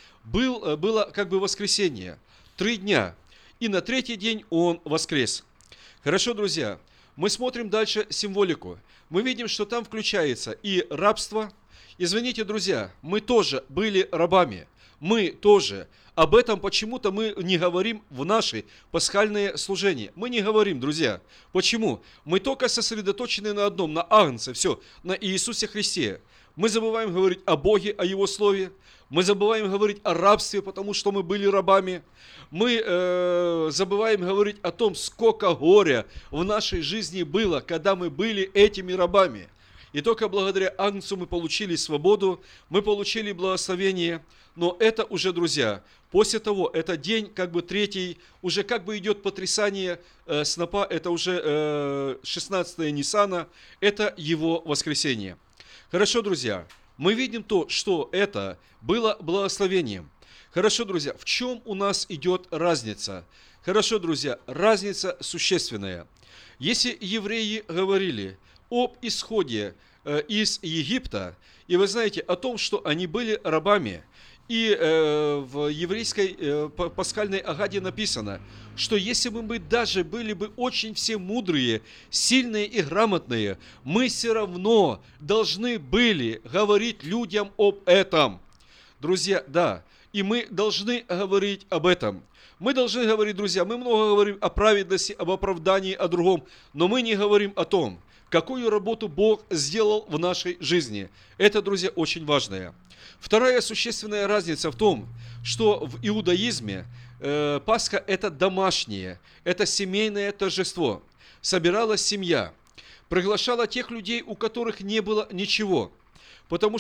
было как бы воскресенье. 3 дня. И на 3-й день Он воскрес. Хорошо, друзья. Мы смотрим дальше символику. Мы видим, что там включается и рабство. Извините, друзья, мы тоже были рабами. Мы тоже. Об этом почему-то мы не говорим в наши пасхальные служения. Мы не говорим, друзья. Почему? Мы только сосредоточены на одном, на агнце, все, на Иисусе Христе. Мы забываем говорить о Боге, о Его Слове. Мы забываем говорить о рабстве, потому что мы были рабами. Мы забываем говорить о том, сколько горя в нашей жизни было, когда мы были этими рабами. И только благодаря Агнцу мы получили свободу, мы получили благословение. Но это уже, друзья, после того, это день как бы 3-й, уже как бы идет потрясание снопа, это уже 16-е Ниссана, это его воскресение. Хорошо, друзья, мы видим то, что это было благословением. Хорошо, друзья, в чем у нас идет разница? Хорошо, друзья, разница существенная. Если евреи говорили об исходе из Египта, и вы знаете о том, что они были рабами, И в еврейской пасхальной агаде написано, что если бы мы даже были бы очень все мудрые, сильные и грамотные, мы все равно должны были говорить людям об этом. Друзья, да, и мы должны говорить об этом. Мы должны говорить, друзья, мы много говорим о праведности, об оправдании, о другом, но мы не говорим о том, какую работу Бог сделал в нашей жизни. Это, друзья, очень важное. Вторая существенная разница в том, что в иудаизме Пасха – это домашнее, это семейное торжество. Собиралась семья, приглашала тех людей, у которых не было ничего. Потому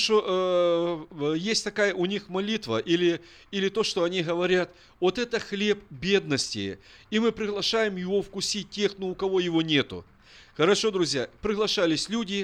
что есть такая у них молитва, или то, что они говорят, вот это хлеб бедности, и мы приглашаем его вкусить тех, у кого его нету. Хорошо, друзья, приглашались люди,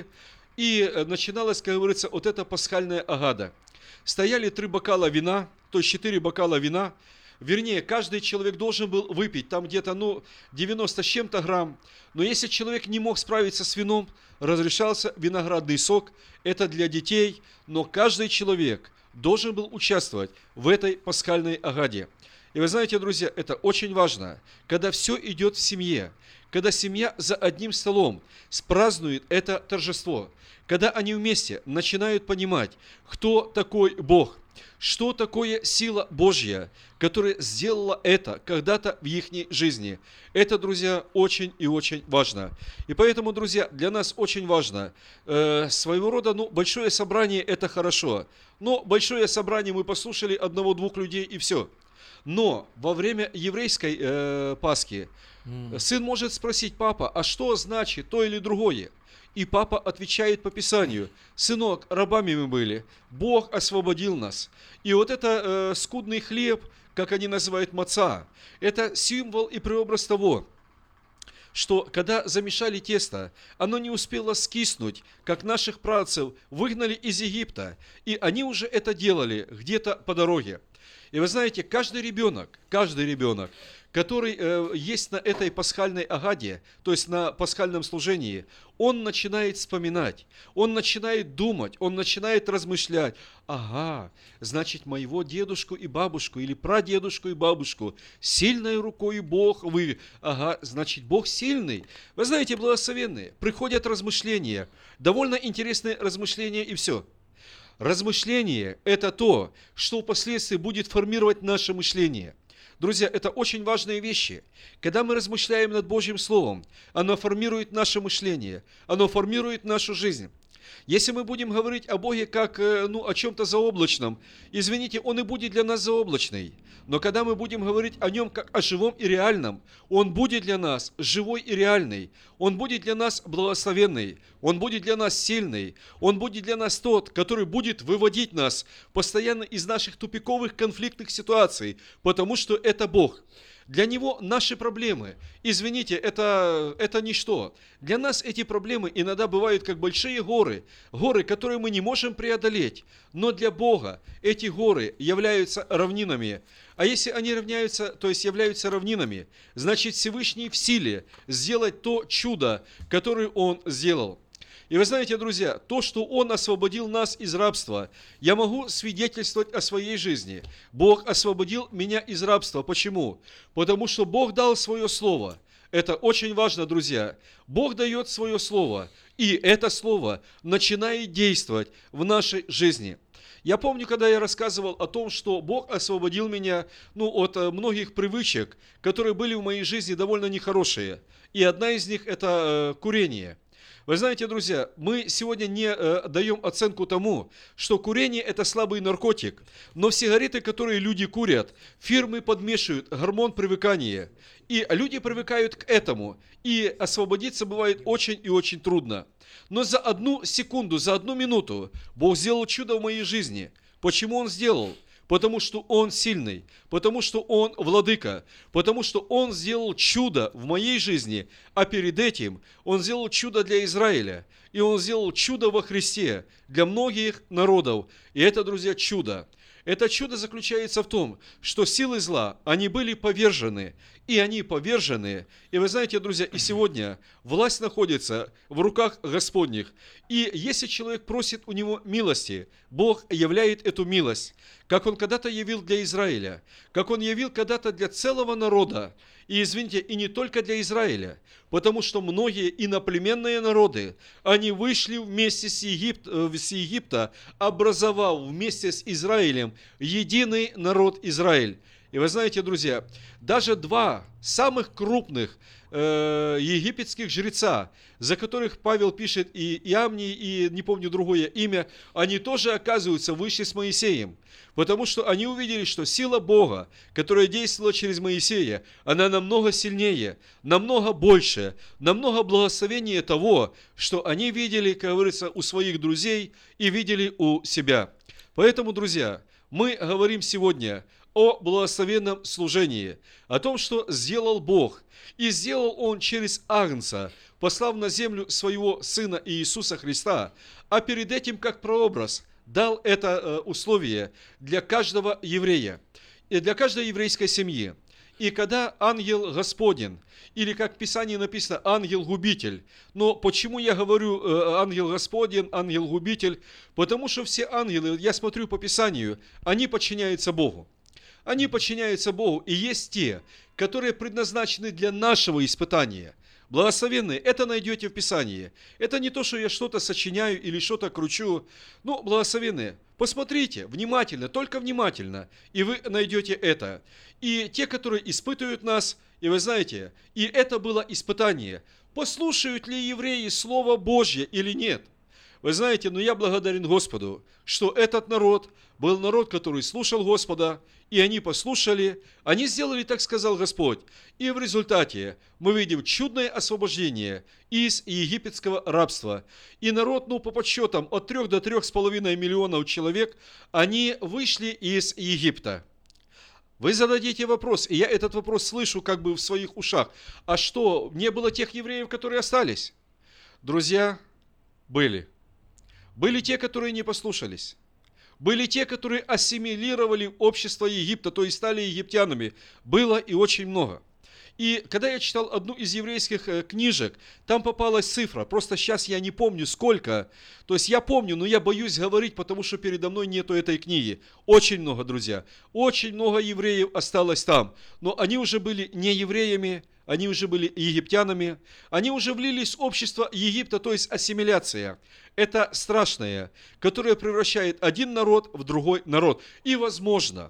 и начиналась, как говорится, вот эта пасхальная агада. Стояли 3 бокала вина, то есть 4 бокала вина. Вернее, каждый человек должен был выпить там где-то 90 с чем-то грамм. Но если человек не мог справиться с вином, разрешался виноградный сок. Это для детей, но каждый человек должен был участвовать в этой пасхальной агаде. И вы знаете, друзья, это очень важно, когда все идет в семье, когда семья за одним столом празднует это торжество, когда они вместе начинают понимать, кто такой Бог, что такое сила Божья, которая сделала это когда-то в их жизни. Это, друзья, очень и очень важно. И поэтому, друзья, для нас очень важно своего рода, большое собрание – это хорошо. Но большое собрание мы послушали 1-2 людей и все. Но во время еврейской Пасхи сын может спросить: папа, а что значит то или другое? И папа отвечает по Писанию: сынок, рабами мы были, Бог освободил нас. И вот это скудный хлеб, как они называют маца, это символ и преобраз того, что когда замешали тесто, оно не успело скиснуть, как наших праотцев выгнали из Египта, и они уже это делали где-то по дороге. И вы знаете, каждый ребенок, который есть на этой пасхальной агаде, то есть на пасхальном служении, он начинает вспоминать, он начинает думать, он начинает размышлять. Ага, значит, моего дедушку и бабушку, или прадедушку и бабушку сильной рукой Бог вывел. Ага, значит, Бог сильный. Вы знаете, благословенные, приходят размышления, довольно интересные размышления, и все. Размышление – это то, что впоследствии будет формировать наше мышление. Друзья, это очень важные вещи. Когда мы размышляем над Божьим Словом, оно формирует наше мышление, оно формирует нашу жизнь. Если мы будем говорить о Боге как о чем-то заоблачном, извините, Он и будет для нас заоблачный. Но когда мы будем говорить о Нем как о живом и реальном, Он будет для нас живой и реальный. Он будет для нас благословенный. Он будет для нас сильный. Он будет для нас тот, который будет выводить нас постоянно из наших тупиковых конфликтных ситуаций, потому что это Бог. Для Него наши проблемы, извините, это ничто. Для нас эти проблемы иногда бывают как большие горы, которые мы не можем преодолеть. Но для Бога эти горы являются равнинами. А если они являются равнинами, значит Всевышний в силе сделать то чудо, которое Он сделал. И вы знаете, друзья, то, что Он освободил нас из рабства, я могу свидетельствовать о своей жизни. Бог освободил меня из рабства. Почему? Потому что Бог дал свое слово. Это очень важно, друзья. Бог дает свое слово, и это слово начинает действовать в нашей жизни. Я помню, когда я рассказывал о том, что Бог освободил меня от многих привычек, которые были в моей жизни довольно нехорошие. И одна из них – это курение. Вы знаете, друзья, мы сегодня не даем оценку тому, что курение – это слабый наркотик, но в сигареты, которые люди курят, фирмы подмешивают гормон привыкания, и люди привыкают к этому, и освободиться бывает очень и очень трудно. Но за 1 секунду, за 1 минуту Бог сделал чудо в моей жизни. Почему Он сделал? Потому что Он сильный, потому что Он владыка, потому что Он сделал чудо в моей жизни, а перед этим Он сделал чудо для Израиля, и Он сделал чудо во Христе для многих народов. И это, друзья, чудо. Это чудо заключается в том, что силы зла, они были повержены, и они повержены. И вы знаете, друзья, и сегодня власть находится в руках Господних. И если человек просит у него милости, Бог являет эту милость, как Он когда-то явил для Израиля, как Он явил когда-то для целого народа. И, извините, и не только для Израиля, потому что многие иноплеменные народы, они вышли вместе с Египта, образовав вместе с Израилем единый народ Израиль. И вы знаете, друзья, даже два самых крупных египетских жреца, за которых Павел пишет и Иамний, и не помню другое имя, они тоже, оказывается, вышли с Моисеем. Потому что они увидели, что сила Бога, которая действовала через Моисея, она намного сильнее, намного больше, намного благословеннее того, что они видели, как говорится, у своих друзей и видели у себя. Поэтому, друзья, мы говорим сегодня о благословенном служении, о том, что сделал Бог. И сделал Он через Агнца, послав на землю своего Сына Иисуса Христа, а перед этим, как прообраз, дал это условие для каждого еврея, и для каждой еврейской семьи. И когда ангел Господень, или как в Писании написано, ангел-губитель, но почему я говорю ангел Господень, ангел-губитель? Потому что все ангелы, я смотрю по Писанию, они подчиняются Богу. Они подчиняются Богу, и есть те, которые предназначены для нашего испытания. Благословенные, это найдете в Писании. Это не то, что я что-то сочиняю или что-то кручу. Ну, благословенные, посмотрите внимательно, только внимательно, и вы найдете это. И те, которые испытывают нас, и вы знаете, и это было испытание. Послушают ли евреи Слово Божье или нет? Вы знаете, но я благодарен Господу, что этот народ был народ, который слушал Господа, и они послушали, они сделали, так сказал Господь. И в результате мы видим чудное освобождение из египетского рабства. И народ, по подсчетам, от 3 до 3,5 миллионов человек, они вышли из Египта. Вы зададите вопрос, и я этот вопрос слышу как бы в своих ушах. А что, не было тех евреев, которые остались? Друзья, были. Были те, которые не послушались. Были те, которые ассимилировали общество Египта, то есть стали египтянами. Было и очень много. И когда я читал одну из еврейских книжек, там попалась цифра, просто сейчас я не помню сколько. То есть я помню, но я боюсь говорить, потому что передо мной нету этой книги. Очень много, друзья. Очень много евреев осталось там. Но они уже были не евреями, они уже были египтянами, они уже влились в общество Египта, то есть ассимиляция. Это страшное, которое превращает один народ в другой народ. И возможно,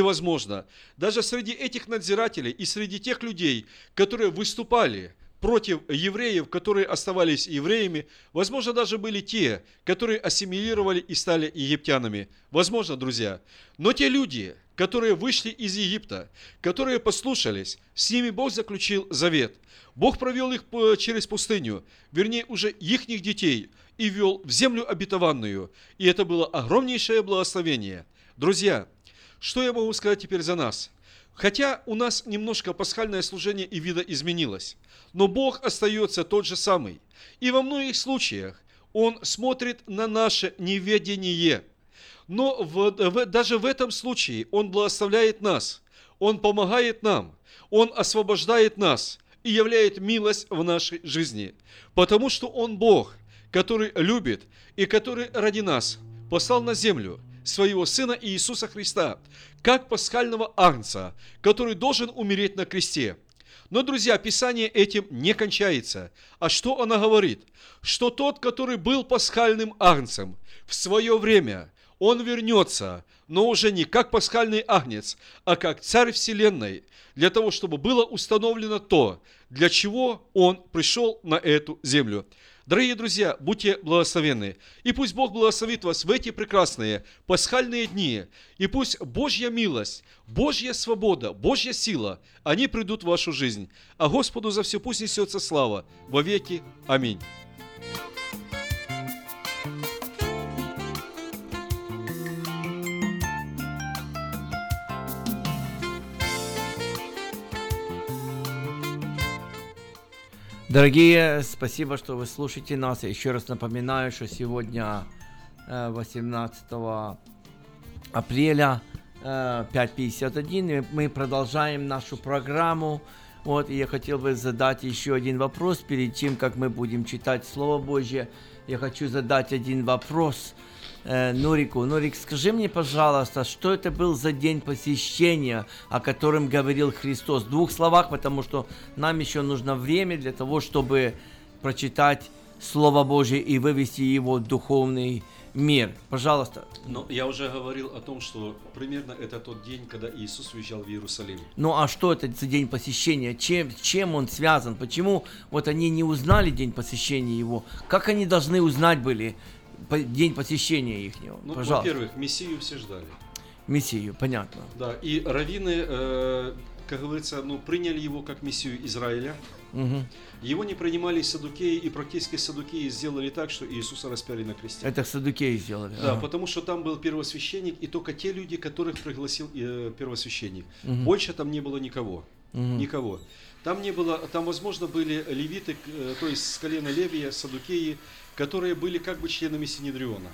даже среди этих надзирателей и среди тех людей, которые выступали против евреев, которые оставались евреями, возможно, даже были те, которые ассимилировали и стали египтянами. Возможно, друзья. Но те люди, которые вышли из Египта, которые послушались, с ними Бог заключил завет. Бог провел их через пустыню, вернее, уже ихних детей, и ввел в землю обетованную. И это было огромнейшее благословение. Друзья, что я могу сказать теперь за нас? Хотя у нас немножко пасхальное служение и видоизменилось, но Бог остается тот же самый. И во многих случаях Он смотрит на наше неведение. Но даже в этом случае Он благословляет нас, Он помогает нам, Он освобождает нас и являет милость в нашей жизни. Потому что Он Бог, который любит и который ради нас послал на землю своего Сына Иисуса Христа, как пасхального агнца, который должен умереть на кресте. Но, друзья, Писание этим не кончается. А что оно говорит? Что тот, который был пасхальным агнцем в свое время, он вернется, но уже не как пасхальный агнец, а как царь вселенной, для того, чтобы было установлено то, для чего он пришел на эту землю. Дорогие друзья, будьте благословенны. И пусть Бог благословит вас в эти прекрасные пасхальные дни. И пусть Божья милость, Божья свобода, Божья сила, они придут в вашу жизнь. А Господу за все пусть несется слава во веки. Аминь. Дорогие, спасибо, что вы слушаете нас. Я еще раз напоминаю, что сегодня 18 апреля 5:51 мы продолжаем нашу программу Вот, и я хотел бы задать еще один вопрос перед тем, как мы будем читать Слово Божье. Я хочу задать один вопрос Нурику. Нурик, скажи мне, пожалуйста, что это был за день посещения, о котором говорил Христос? В 2 словах, потому что нам еще нужно время для того, чтобы прочитать Слово Божье и вывести его в духовный мир. Пожалуйста. Но я уже говорил о том, что примерно это тот день, когда Иисус уезжал в Иерусалим. Ну а что это за день посещения? Чем он связан? Почему вот они не узнали день посещения его? Как они должны узнать были день посещения их? Ну, пожалуйста. Во-первых, Мессию все ждали. Мессию, понятно. Да, и раввины, как говорится, приняли его как Мессию Израиля. Угу. Его не принимали саддукеи, и практически саддукеи сделали так, что Иисуса распяли на кресте. Это саддукеи сделали? Да, потому что там был первосвященник, и только те люди, которых пригласил первосвященник. Угу. Больше там не было никого. Угу. Никого. Там не было, там, возможно, были левиты, то есть с колена Левия, саддукеи, которые были как бы членами Синедриона.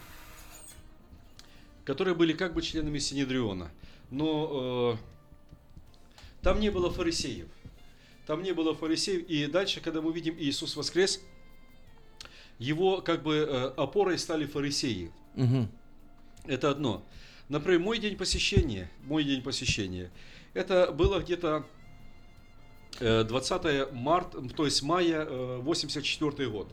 Но там не было фарисеев. И дальше, когда мы видим Иисус воскрес, его как бы опорой стали фарисеи. Угу. Это одно. Например, мой день посещения, это было где-то 20 марта, то есть мая 84 год.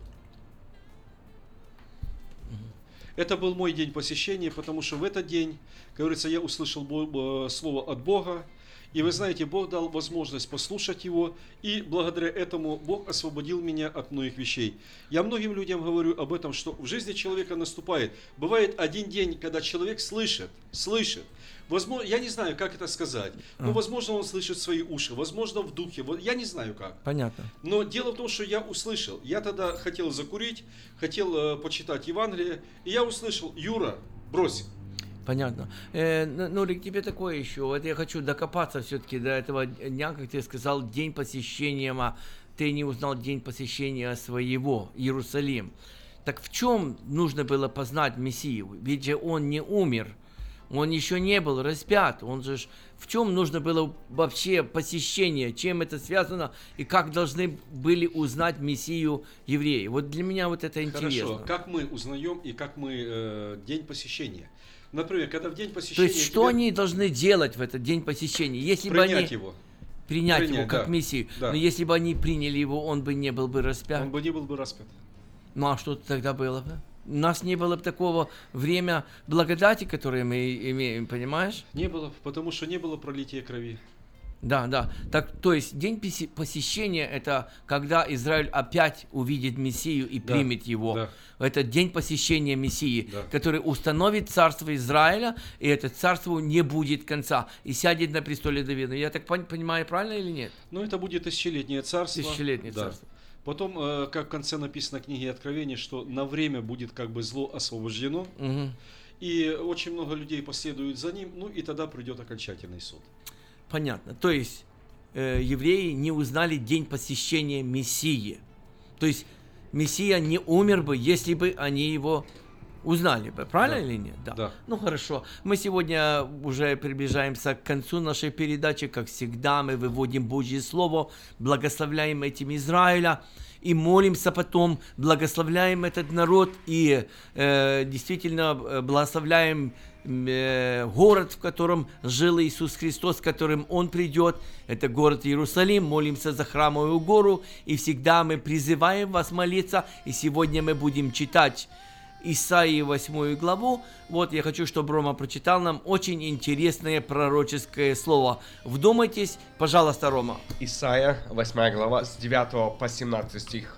Это был мой день посещения, потому что в этот день, как говорится, я услышал слово от Бога. И вы знаете, Бог дал возможность послушать его, и благодаря этому Бог освободил меня от многих вещей. Я многим людям говорю об этом, что в жизни человека наступает. Бывает один день, когда человек слышит. Возможно, я не знаю, как это сказать. Но, возможно, он слышит свои уши, возможно, в духе. Я не знаю как. Понятно. Но дело в том, что я услышал. Я тогда хотел закурить, хотел почитать Евангелие, и я услышал: Юра, брось. Понятно. Нурик, тебе такое еще. Вот я хочу докопаться все-таки до этого дня, как ты сказал, день посещения, ты не узнал день посещения своего, Иерусалим. Так в чем нужно было познать Мессию? Ведь же он не умер, он еще не был распят. Он же в чем нужно было вообще посещение, чем это связано и как должны были узнать Мессию евреи? Вот для меня вот это интересно. Хорошо, как мы узнаем и как мы день посещения? Например, когда в день посещения... То есть, что они должны делать в этот день посещения? Если принять бы его. Принять его как да. Мессию. Да. Но если бы они приняли его, он бы не был бы распят. Он бы не был бы распят. Ну а что тогда было бы? У нас не было бы такого время благодати, которое мы имеем, понимаешь? Не было, потому что не было пролития крови. Да. Так, то есть день посещения – это когда Израиль опять увидит Мессию и примет его. Да. Это день посещения Мессии, Да. который установит царство Израиля, и это царство не будет конца, и сядет на престоле Давида. Я так понимаю, правильно или нет? Ну, это будет тысячелетнее царство. Тысячелетнее царство. Потом, как в конце написано в книге Откровения, что на время будет как бы зло освобождено, Угу. и очень много людей последуют за ним, и тогда придет окончательный суд. Понятно. То есть евреи не узнали день посещения Мессии. То есть Мессия не умер бы, если бы они его узнали бы. Правильно или нет? Да. Ну хорошо. Мы сегодня уже приближаемся к концу нашей передачи. Как всегда, мы выводим Божье Слово, благословляем этим Израиля и молимся потом, благословляем этот народ и действительно благословляем город, в котором жил Иисус Христос, с которым Он придет. Это город Иерусалим. Молимся за Храмовую гору. И всегда мы призываем вас молиться. И сегодня мы будем читать Исаии 8 главу. Вот я хочу, чтобы Рома прочитал нам очень интересное пророческое слово. Вдумайтесь, пожалуйста, Рома. Исаия 8 глава с 9 по 17 стих.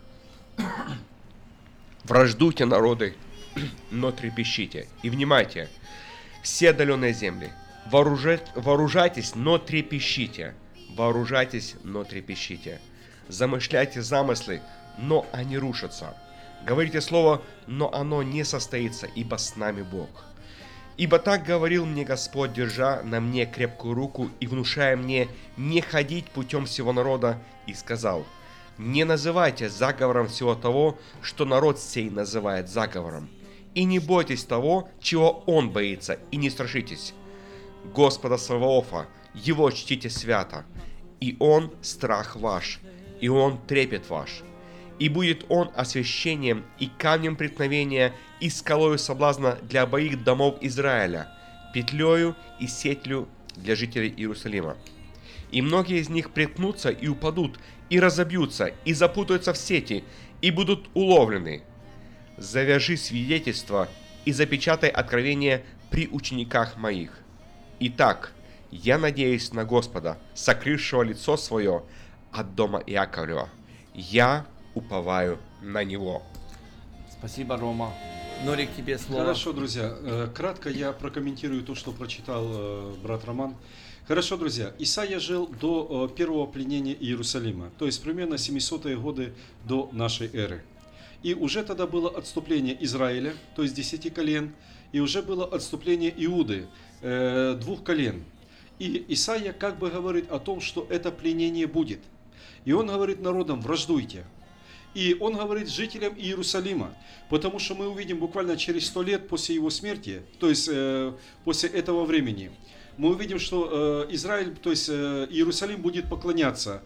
«Враждуйте, народы, но трепещите, и внимайте, все отдаленные земли, вооружайтесь, но трепещите, вооружайтесь, но трепещите, замышляйте замыслы, но они рушатся, говорите слово, но оно не состоится, ибо с нами Бог. Ибо так говорил мне Господь, держа на мне крепкую руку и внушая мне не ходить путем всего народа, и сказал: не называйте заговором всего того, что народ сей называет заговором. И не бойтесь того, чего он боится, и не страшитесь. Господа Саваофа, его чтите свято, и он страх ваш, и он трепет ваш. И будет он освящением и камнем преткновения, и скалою соблазна для обоих домов Израиля, петлею и сетью для жителей Иерусалима. И многие из них приткнутся и упадут, и разобьются, и запутаются в сети, и будут уловлены. Завяжи свидетельство и запечатай откровение при учениках моих. Итак, я надеюсь на Господа, сокрывшего лицо свое от дома Иаковлева. Я уповаю на Него. Спасибо, Рома. Норик, тебе слово. Хорошо, друзья. Кратко я прокомментирую то, что прочитал брат Роман. Хорошо, друзья. Исаия жил до первого пленения Иерусалима, то есть примерно 700-е годы до нашей эры. И уже тогда было отступление Израиля, то есть 10 колен, и уже было отступление Иуды, 2 колен. И Исаия как бы говорит о том, что это пленение будет. И он говорит народам: враждуйте. И он говорит жителям Иерусалима, потому что мы увидим буквально через 100 лет после его смерти, то есть после этого времени, мы увидим, что Израиль, то есть Иерусалим будет поклоняться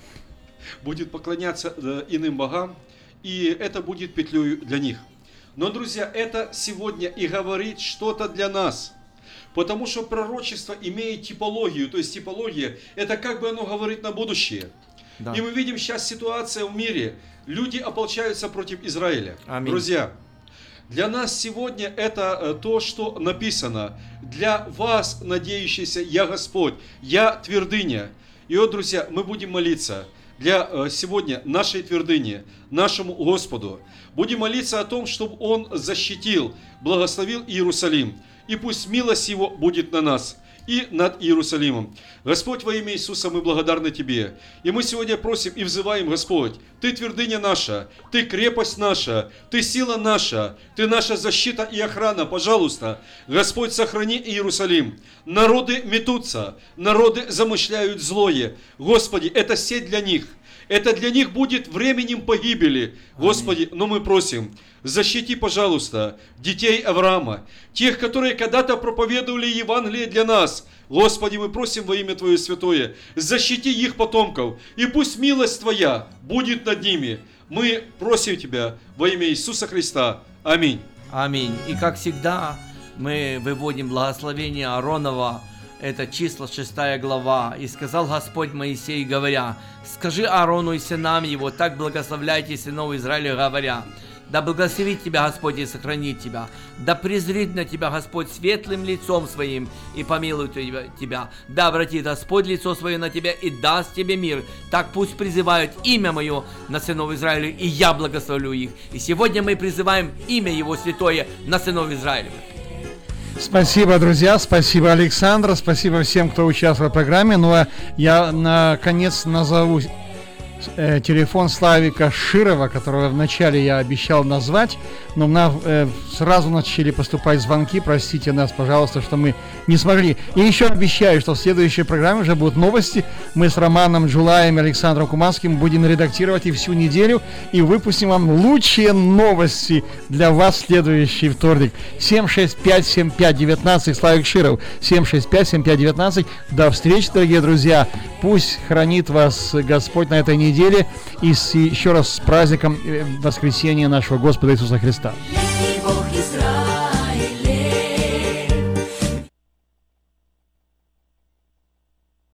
иным богам, и это будет петлей для них. Но, друзья, это сегодня и говорит что-то для нас. Потому что пророчество имеет типологию, то есть типология, это как бы оно говорит на будущее. Да. И мы видим сейчас ситуация в мире, люди ополчаются против Израиля. Аминь. Друзья, для нас сегодня это то, что написано. Для вас, надеющихся, я Господь, я твердыня. И вот, друзья, мы будем молиться для сегодня нашей твердыни, нашему Господу. Будем молиться о том, чтобы Он защитил, благословил Иерусалим. И пусть милость Его будет на нас и над Иерусалимом. Господь, во имя Иисуса мы благодарны Тебе. И мы сегодня просим и взываем: Господь, Ты твердыня наша, Ты крепость наша, Ты сила наша, Ты наша защита и охрана. Пожалуйста, Господь, сохрани Иерусалим. Народы метутся, народы замышляют злое. Господи, это сеть для них. Это для них будет временем погибели. Господи, но мы просим, защити, пожалуйста, детей Авраама, тех, которые когда-то проповедовали Евангелие для нас. Господи, мы просим во имя Твое святое, защити их потомков, и пусть милость Твоя будет над ними. Мы просим Тебя во имя Иисуса Христа. Аминь. Аминь. И как всегда, мы выводим благословение Ааронова. Это числа 6 глава. «И сказал Господь Моисей, говоря: скажи Аарону и сынам его, так благословляйте сынов Израиля, говоря: да благословит тебя Господь и сохранит тебя, да презрит на тебя Господь светлым лицом своим и помилует тебя, да обратит Господь лицо свое на тебя и даст тебе мир. Так пусть призывают имя мое на сынов Израиля, и я благословлю их». И сегодня мы призываем имя Его святое на сынов Израиля. Спасибо, друзья, спасибо, Александр, спасибо всем, кто участвовал в программе. Ну а я, наконец, назову телефон Славика Широва, которого вначале я обещал назвать, но сразу начали поступать звонки, простите нас, пожалуйста, что мы не смогли. И еще обещаю, что в следующей программе уже будут новости. Мы с Романом Джулаем и Александром Куманским будем редактировать и всю неделю, и выпустим вам лучшие новости для вас в следующий вторник. 765-7519, Славик Широв, 765-7519. До встречи, дорогие друзья. Пусть хранит вас Господь на этой неделе. И еще раз с праздником воскресения нашего Господа Иисуса Христа.